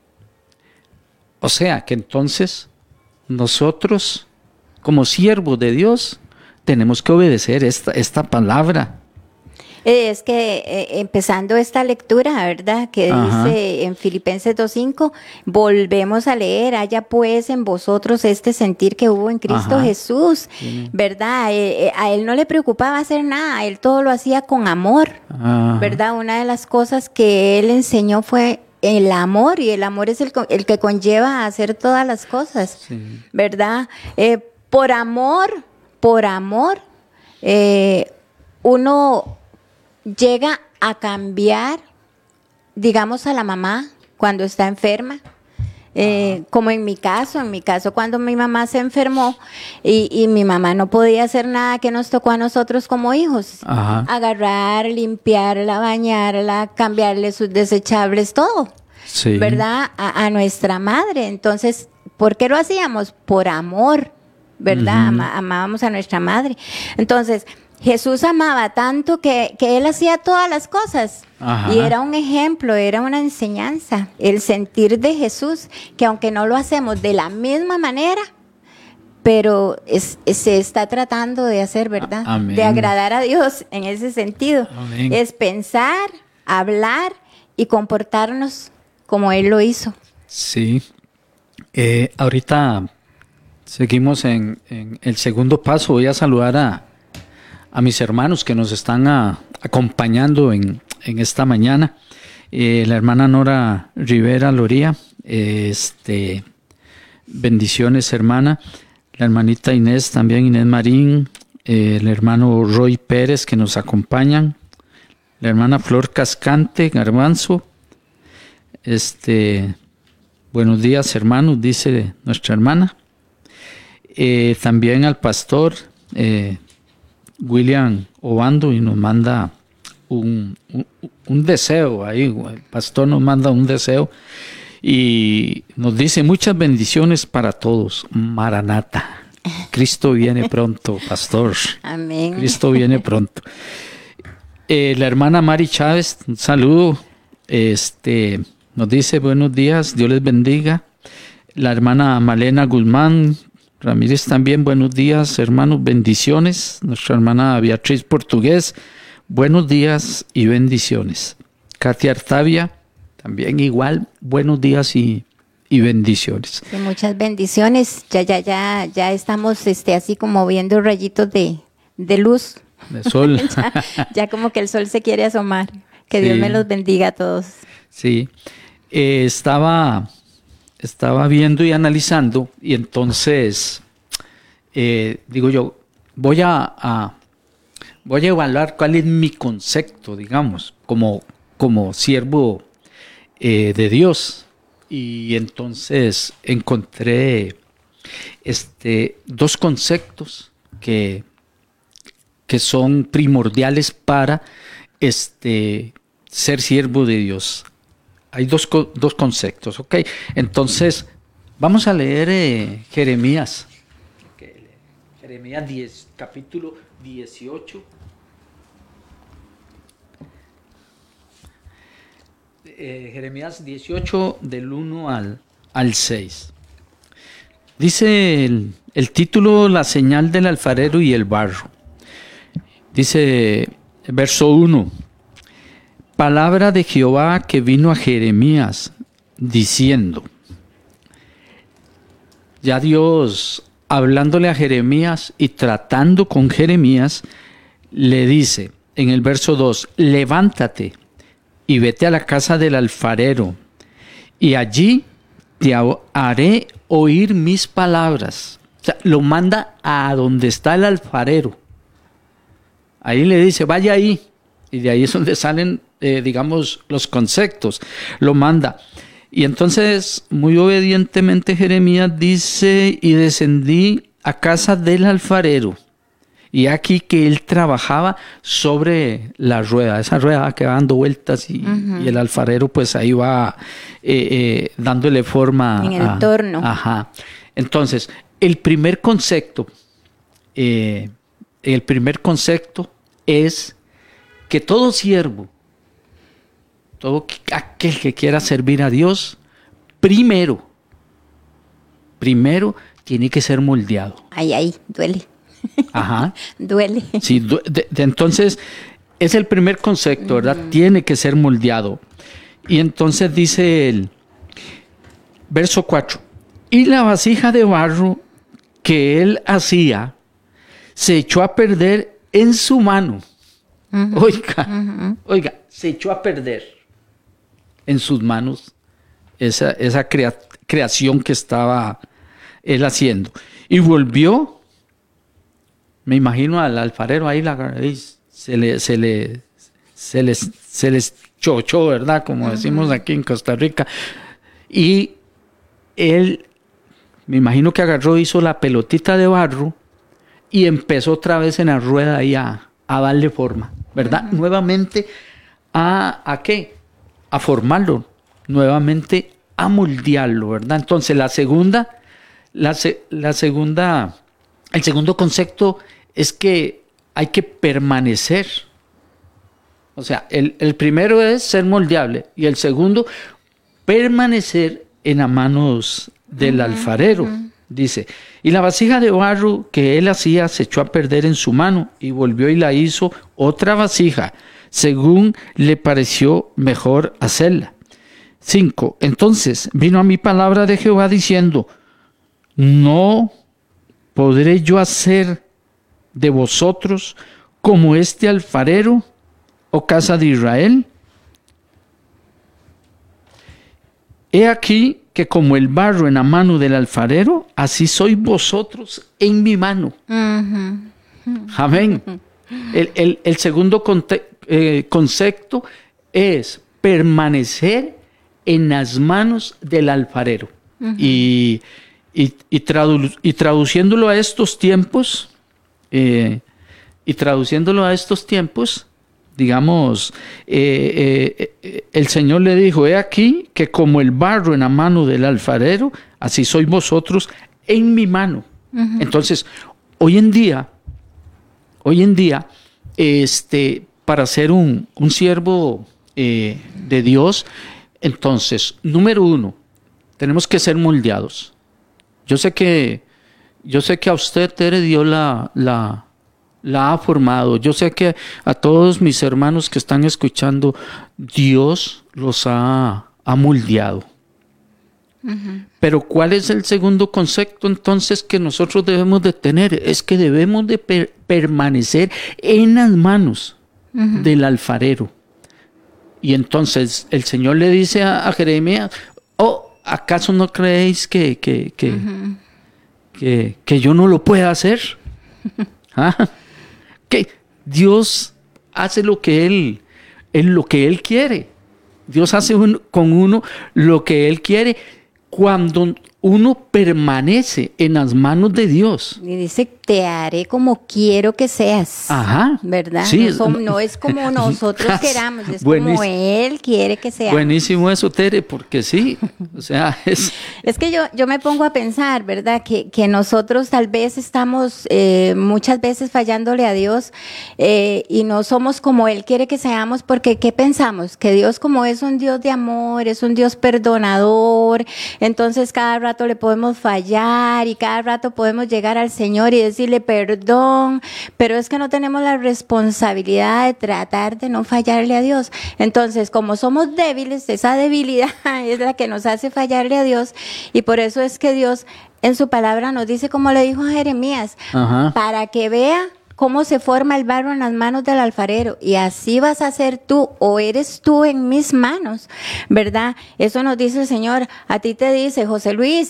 O sea, que entonces nosotros, como siervos de Dios, tenemos que obedecer esta palabra. Es que empezando esta lectura, ¿verdad? Que Ajá. dice en Filipenses 2:5, volvemos a leer, haya pues en vosotros este sentir que hubo en Cristo Ajá. Jesús, ¿verdad? A él no le preocupaba hacer nada, él todo lo hacía con amor, Ajá. ¿verdad? Una de las cosas que él enseñó fue el amor, y el amor es el que conlleva a hacer todas las cosas, Sí. ¿verdad? Por amor, uno llega a cambiar, digamos, a la mamá cuando está enferma. Como en mi caso cuando mi mamá se enfermó y mi mamá no podía hacer nada, que nos tocó a nosotros como hijos. Ajá. Agarrar, limpiarla, bañarla, cambiarle sus desechables, todo, Sí. ¿verdad? A nuestra madre. Entonces, ¿por qué lo hacíamos? Por amor, ¿verdad? Amábamos a nuestra madre. Entonces, Jesús amaba tanto que Él hacía todas las cosas. Ajá. Y era un ejemplo, era una enseñanza, el sentir de Jesús, que aunque no lo hacemos de la misma manera, pero se está tratando de hacer, ¿verdad? Amén. De agradar a Dios en ese sentido. Amén. Es pensar, hablar y comportarnos como Él lo hizo. Sí. Ahorita seguimos en el segundo paso. Voy a saludar a mis hermanos que nos están acompañando en esta mañana. La hermana Nora Rivera Loría, bendiciones, hermana. La hermanita Inés también, Inés Marín, el hermano Roy Pérez que nos acompañan, la hermana Flor Cascante Garbanzo. Buenos días, hermanos, dice nuestra hermana. También al pastor William Obando, y nos manda un deseo ahí. El pastor nos manda un deseo y nos dice: muchas bendiciones para todos. Maranata. Cristo viene pronto, pastor. Amén. Cristo viene pronto. La hermana Mari Chávez, un saludo. Nos dice: buenos días, Dios les bendiga. La hermana Malena Guzmán Ramírez también: buenos días, hermanos, bendiciones. Nuestra hermana Beatriz Portugués: buenos días y bendiciones. Katia Artavia, también igual, buenos días y bendiciones. Sí, muchas bendiciones. Ya estamos así como viendo rayitos de luz. De sol. ya como que el sol se quiere asomar. Que Dios Sí. me los bendiga a todos. Sí. Estaba viendo y analizando, y entonces digo yo, voy a evaluar cuál es mi concepto, digamos, como siervo de Dios. Y entonces encontré dos conceptos que son primordiales para ser siervo de Dios. Hay dos conceptos, ¿ok? Entonces, vamos a leer Jeremías. Jeremías 10, capítulo 18. Jeremías 18, del 1 al 6. Dice el título: La señal del alfarero y el barro. Dice, verso 1. Palabra de Jehová que vino a Jeremías, diciendo. Ya Dios, hablándole a Jeremías y tratando con Jeremías, le dice en el verso 2: levántate y vete a la casa del alfarero, y allí te haré oír mis palabras. O sea, lo manda a donde está el alfarero. Ahí le dice: vaya ahí Y de ahí es donde salen, digamos, los conceptos. Lo manda. Y entonces, muy obedientemente, Jeremías dice, y descendí a casa del alfarero. Y aquí que él trabajaba sobre la rueda. Esa rueda que va dando vueltas y el alfarero pues ahí va dándole forma. En el torno. Ajá. Entonces, el primer concepto es que todo siervo, todo aquel que quiera servir a Dios, primero tiene que ser moldeado. Ay, duele. Ajá. Duele. Sí, entonces es el primer concepto, ¿verdad? Tiene que ser moldeado. Y entonces dice el verso 4, y la vasija de barro que él hacía se echó a perder en su mano. Oiga, se echó a perder en sus manos esa creación que estaba él haciendo. Y volvió. Me imagino al alfarero ahí, se les chochó, ¿verdad? Como decimos aquí en Costa Rica. Y él, me imagino que agarró, hizo la pelotita de barro y empezó otra vez en la rueda ahí a darle forma, ¿verdad? Nuevamente, ¿a qué? A formarlo, nuevamente a moldearlo, ¿verdad? Entonces, el segundo concepto es que hay que permanecer. O sea, el primero es ser moldeable y el segundo, permanecer en las manos del alfarero. Dice, y la vasija de barro que él hacía se echó a perder en su mano y volvió y la hizo otra vasija, según le pareció mejor hacerla. 5. Entonces vino a mí palabra de Jehová diciendo, no podré yo hacer de vosotros como este alfarero, oh casa de Israel. He aquí que como el barro en la mano del alfarero, así sois vosotros en mi mano. Amén. El segundo concepto es permanecer en las manos del alfarero. Y traduciéndolo a estos tiempos, digamos, el Señor le dijo, he aquí que como el barro en la mano del alfarero, así sois vosotros en mi mano. Entonces, hoy en día, para ser un siervo de Dios, entonces, número 1, tenemos que ser moldeados. Yo sé que a usted, Tere, Dios la ha formado. Yo sé que a todos mis hermanos que están escuchando, Dios los ha moldeado. Pero ¿cuál es el segundo concepto entonces que nosotros debemos de tener? Es que debemos de permanecer en las manos del alfarero. Y entonces el Señor le dice a Jeremías, ¿acaso no creéis que yo no lo pueda hacer? Que Dios hace lo que Él quiere. Dios hace con uno lo que Él quiere cuando uno permanece en las manos de Dios. Y dice, te haré como quiero que seas. Ajá. ¿Verdad? Sí. No es como nosotros queramos, es como Él quiere que sea. Buenísimo eso, Tere, porque sí. O sea, es que yo me pongo a pensar, ¿verdad? Que nosotros tal vez estamos muchas veces fallándole a Dios y no somos como Él quiere que seamos, porque ¿qué pensamos? Que Dios, como es un Dios de amor, es un Dios perdonador, entonces cada rato le podemos fallar y cada rato podemos llegar al Señor y decirle perdón, pero es que no tenemos la responsabilidad de tratar de no fallarle a Dios. Entonces, como somos débiles, esa debilidad es la que nos hace fallarle a Dios, y por eso es que Dios en su palabra nos dice, como le dijo a Jeremías, para que vea cómo se forma el barro en las manos del alfarero, y así vas a ser tú, o eres tú en mis manos, ¿verdad? Eso nos dice el Señor. A ti te dice, José Luis,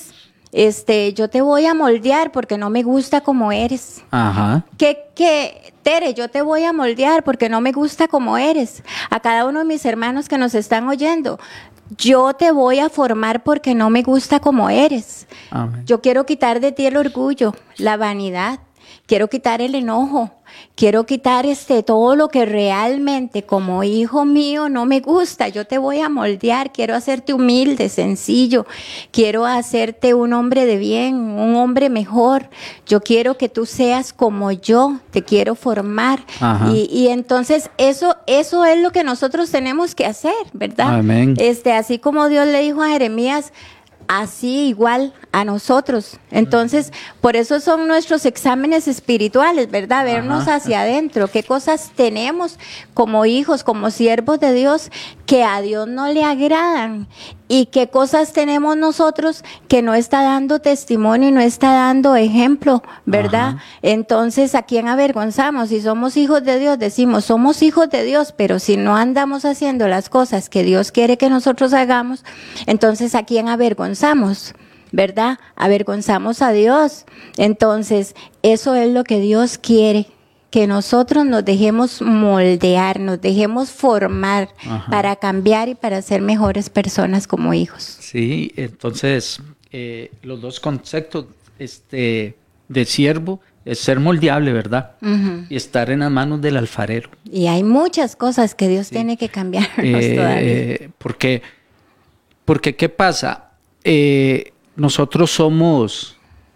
yo te voy a moldear porque no me gusta como eres. Ajá. Tere, yo te voy a moldear porque no me gusta como eres. A cada uno de mis hermanos que nos están oyendo, yo te voy a formar porque no me gusta como eres. Amén. Yo quiero quitar de ti el orgullo, la vanidad, quiero quitar el enojo, quiero quitar todo lo que realmente como hijo mío no me gusta. Yo te voy a moldear, quiero hacerte humilde, sencillo, quiero hacerte un hombre de bien, un hombre mejor. Yo quiero que tú seas como yo, te quiero formar. Y entonces eso es lo que nosotros tenemos que hacer, ¿verdad? Amén. Así como Dios le dijo a Jeremías, así igual a nosotros. Entonces, por eso son nuestros exámenes espirituales, ¿verdad? Vernos hacia adentro, qué cosas tenemos como hijos, como siervos de Dios, que a Dios no le agradan, y qué cosas tenemos nosotros que no está dando testimonio y no está dando ejemplo, ¿verdad? Entonces, ¿a quién avergonzamos? Si somos hijos de Dios, decimos, somos hijos de Dios, pero si no andamos haciendo las cosas que Dios quiere que nosotros hagamos, entonces, ¿a quién avergonzamos? ¿Verdad? Avergonzamos a Dios. Entonces, eso es lo que Dios quiere, que nosotros nos dejemos moldear, nos dejemos formar para cambiar y para ser mejores personas como hijos. Sí, entonces, los dos conceptos de siervo es ser moldeable, ¿verdad? Y estar en las manos del alfarero. Y hay muchas cosas que Dios tiene que cambiarnos todavía. Porque, ¿qué pasa? Nosotros somos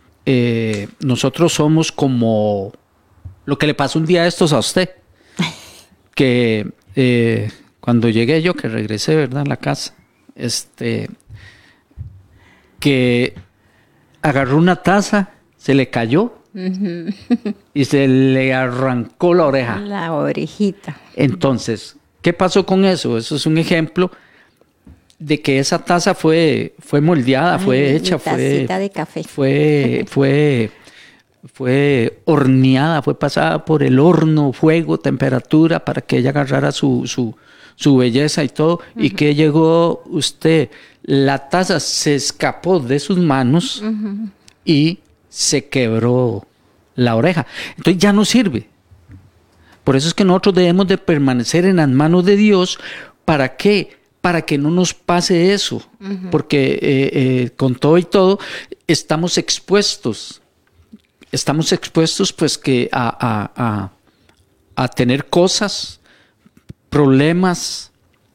como lo que le pasó un día a estos a usted, que cuando llegué yo, que regresé, ¿verdad?, a la casa, que agarró una taza, se le cayó y se le arrancó la oreja. La orejita. Entonces, ¿qué pasó con eso? Eso es un ejemplo de que esa taza fue moldeada, fue hecha, de café. fue horneada, fue pasada por el horno, fuego, temperatura, para que ella agarrara su belleza y todo. ¿Y qué llegó usted? La taza se escapó de sus manos y se quebró la oreja. Entonces ya no sirve. Por eso es que nosotros debemos de permanecer en las manos de Dios. ¿Para qué? Para que no nos pase eso, porque con todo y todo estamos expuestos pues que a tener cosas, problemas,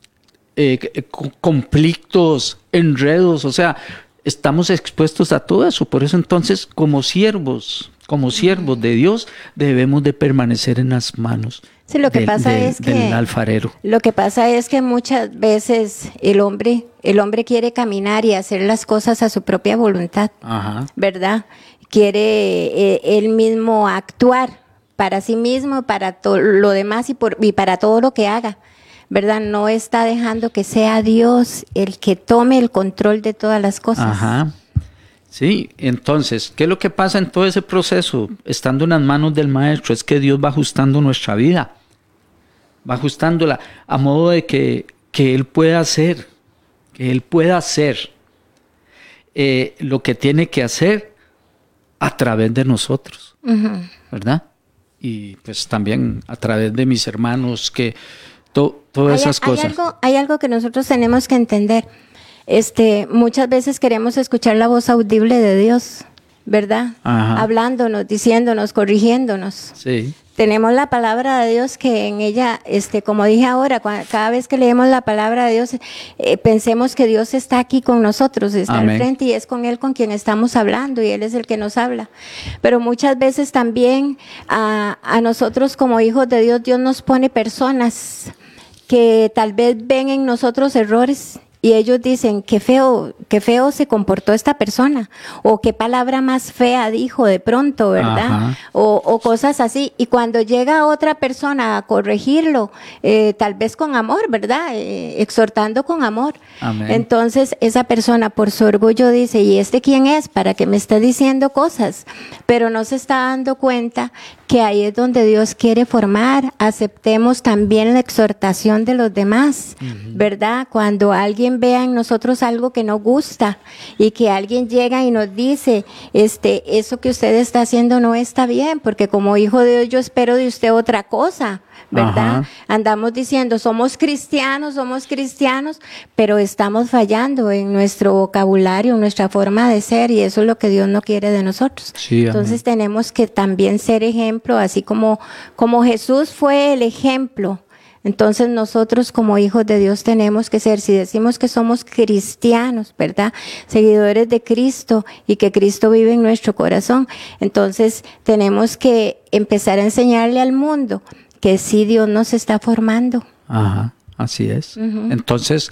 conflictos, enredos, o sea, estamos expuestos a todo eso. Por eso entonces como siervos de Dios debemos de permanecer en las manos. Sí, lo que pasa es que del alfarero. Lo que pasa es que muchas veces el hombre quiere caminar y hacer las cosas a su propia voluntad, ¿verdad? Quiere él mismo actuar para sí mismo, para lo demás y para todo lo que haga, ¿verdad? No está dejando que sea Dios el que tome el control de todas las cosas. Sí, entonces, ¿qué es lo que pasa en todo ese proceso? Estando en las manos del Maestro, es que Dios va ajustando nuestra vida, va ajustándola a modo de que Él pueda hacer, lo que tiene que hacer a través de nosotros, ¿verdad? Y pues también a través de mis hermanos, que todas esas cosas. Hay algo que nosotros tenemos que entender. Muchas veces queremos escuchar la voz audible de Dios, ¿verdad? Hablándonos, diciéndonos, corrigiéndonos. Sí. Tenemos la palabra de Dios que en ella, como dije ahora, cada vez que leemos la palabra de Dios, pensemos que Dios está aquí con nosotros, está al frente y es con Él con quien estamos hablando y Él es el que nos habla. Pero muchas veces también a nosotros como hijos de Dios, Dios nos pone personas que tal vez ven en nosotros errores. Y ellos dicen, qué feo se comportó esta persona, o qué palabra más fea dijo de pronto, ¿verdad? O cosas así. Y cuando llega otra persona a corregirlo, tal vez con amor, ¿verdad? Exhortando con amor. Amén. Entonces esa persona por su orgullo dice, ¿y quién es para que me esté diciendo cosas? Pero no se está dando cuenta que ahí es donde Dios quiere formar. Aceptemos también la exhortación de los demás, ¿verdad? Cuando alguien vea en nosotros algo que nos gusta y que alguien llega y nos dice, eso que usted está haciendo no está bien, porque como hijo de Dios yo espero de usted otra cosa, ¿verdad? Ajá. Andamos diciendo, somos cristianos, pero estamos fallando en nuestro vocabulario, en nuestra forma de ser, y eso es lo que Dios no quiere de nosotros. Sí, entonces tenemos que también ser ejemplo, así como Jesús fue el ejemplo. Entonces nosotros como hijos de Dios tenemos que ser, si decimos que somos cristianos, ¿verdad? Seguidores de Cristo y que Cristo vive en nuestro corazón, entonces tenemos que empezar a enseñarle al mundo que sí, Dios nos está formando. Ajá, así es. Entonces,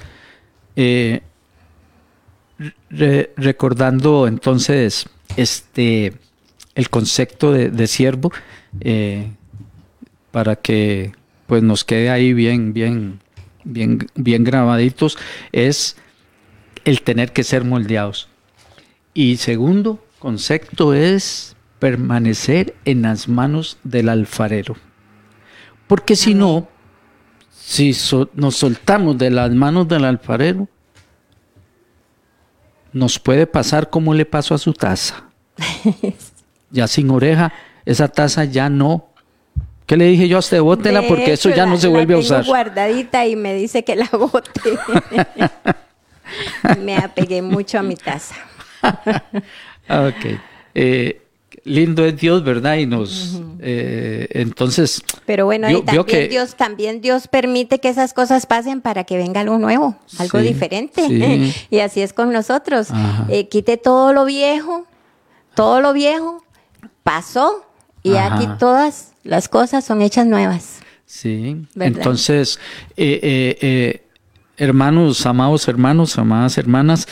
recordando entonces el concepto de siervo, para que pues nos quede ahí bien grabaditos, es el tener que ser moldeados. Y segundo concepto es permanecer en las manos del alfarero. Porque si no, si nos soltamos de las manos del alfarero, nos puede pasar como le pasó a su taza. Ya sin oreja, esa taza ya no. ¿Qué le dije yo a usted? Bótela porque eso ya no se vuelve a usar. La tengo guardadita y me dice que la bote. Me apegué mucho a mi taza. Ok. Lindo es Dios, ¿verdad? Y nos entonces. Pero bueno, también Dios permite que esas cosas pasen para que venga algo nuevo, algo diferente. Sí. Y así es con nosotros. Quite todo lo viejo, pasó y aquí todas las cosas son hechas nuevas. Sí. ¿Verdad? Entonces, hermanos, amados hermanos, amadas hermanas,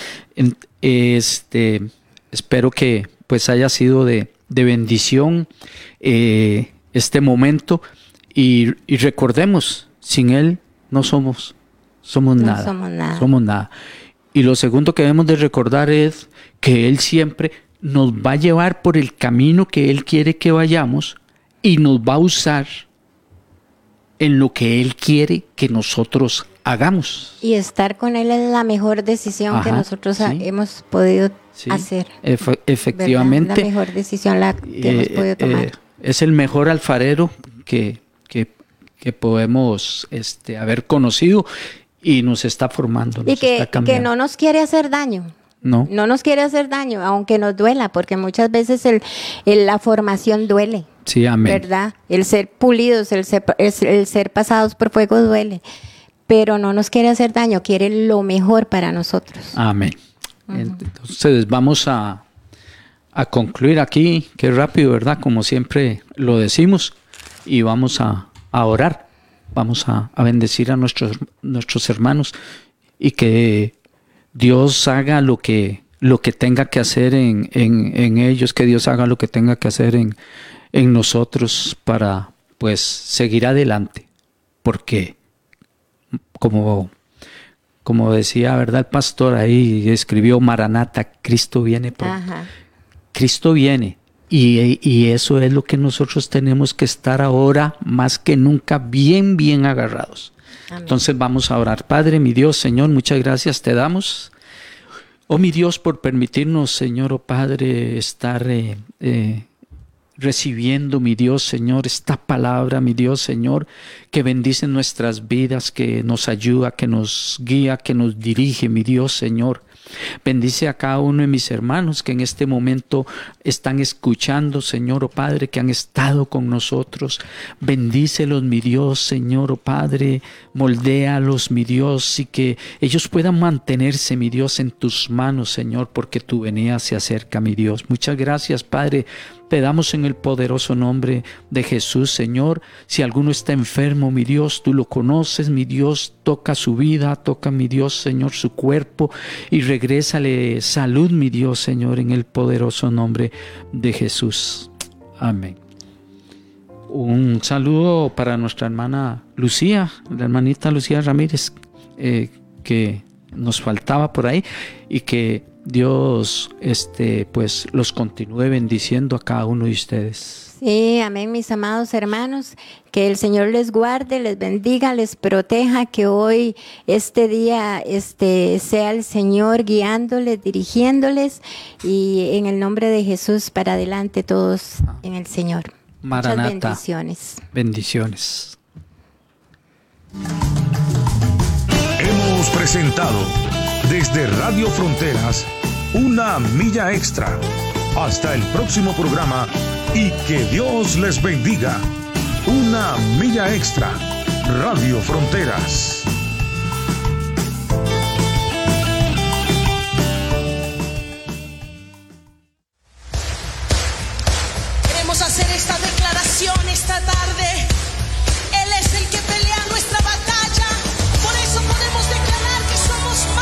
espero que pues haya sido de bendición este momento y recordemos, sin Él no somos nada. Y lo segundo que debemos de recordar es que Él siempre nos va a llevar por el camino que Él quiere que vayamos y nos va a usar en lo que Él quiere que nosotros hagamos. Y estar con Él es la mejor decisión que nosotros hemos podido hacer. Efectivamente. ¿Verdad? La mejor decisión que hemos podido tomar. Es el mejor alfarero que podemos haber conocido y nos está formando. Y que no nos quiere hacer daño. No nos quiere hacer daño, aunque nos duela, porque muchas veces la formación duele. Sí, amén. ¿Verdad? El ser pulidos, el ser pasados por fuego duele. Pero no nos quiere hacer daño, quiere lo mejor para nosotros. Amén. Entonces vamos a concluir aquí, qué rápido, ¿verdad? Como siempre lo decimos, y vamos a orar, vamos a bendecir a nuestros hermanos y que Dios haga lo que tenga que hacer en ellos, que Dios haga lo que tenga que hacer en nosotros para pues seguir adelante, porque como decía, ¿verdad? El pastor ahí escribió Maranata, Cristo viene. Cristo viene. Y eso es lo que nosotros tenemos que estar ahora más que nunca bien agarrados. Amén. Entonces vamos a orar. Padre, mi Dios, Señor, muchas gracias te damos. Oh, mi Dios, por permitirnos, Señor, oh Padre, estar recibiendo, mi Dios, Señor, esta palabra, mi Dios, Señor, que bendice nuestras vidas, que nos ayuda, que nos guía, que nos dirige, mi Dios, Señor. Bendice a cada uno de mis hermanos que en este momento están escuchando, Señor, oh Padre, que han estado con nosotros. Bendícelos, mi Dios, Señor, oh Padre, moldéalos, mi Dios, y que ellos puedan mantenerse, mi Dios, en tus manos, Señor, porque tu venida se acerca, mi Dios. Muchas gracias, Padre. Te damos en el poderoso nombre de Jesús, Señor. Si alguno está enfermo, mi Dios, tú lo conoces, mi Dios, toca su vida, toca, mi Dios, Señor, su cuerpo y regrésale salud, mi Dios, Señor, en el poderoso nombre de Jesús. Amén. Un saludo para nuestra hermana Lucía, la hermanita Lucía Ramírez, que nos faltaba por ahí, y que Dios pues los continúe bendiciendo a cada uno de ustedes. Sí, amén, mis amados hermanos, que el Señor les guarde, les bendiga, les proteja, que hoy, este día, sea el Señor guiándoles, dirigiéndoles, y en el nombre de Jesús para adelante todos en el Señor. Maranata. Muchas bendiciones. Bendiciones. Hemos presentado desde Radio Fronteras Una Milla Extra. Hasta el próximo programa y que Dios les bendiga. Una Milla Extra. Radio Fronteras.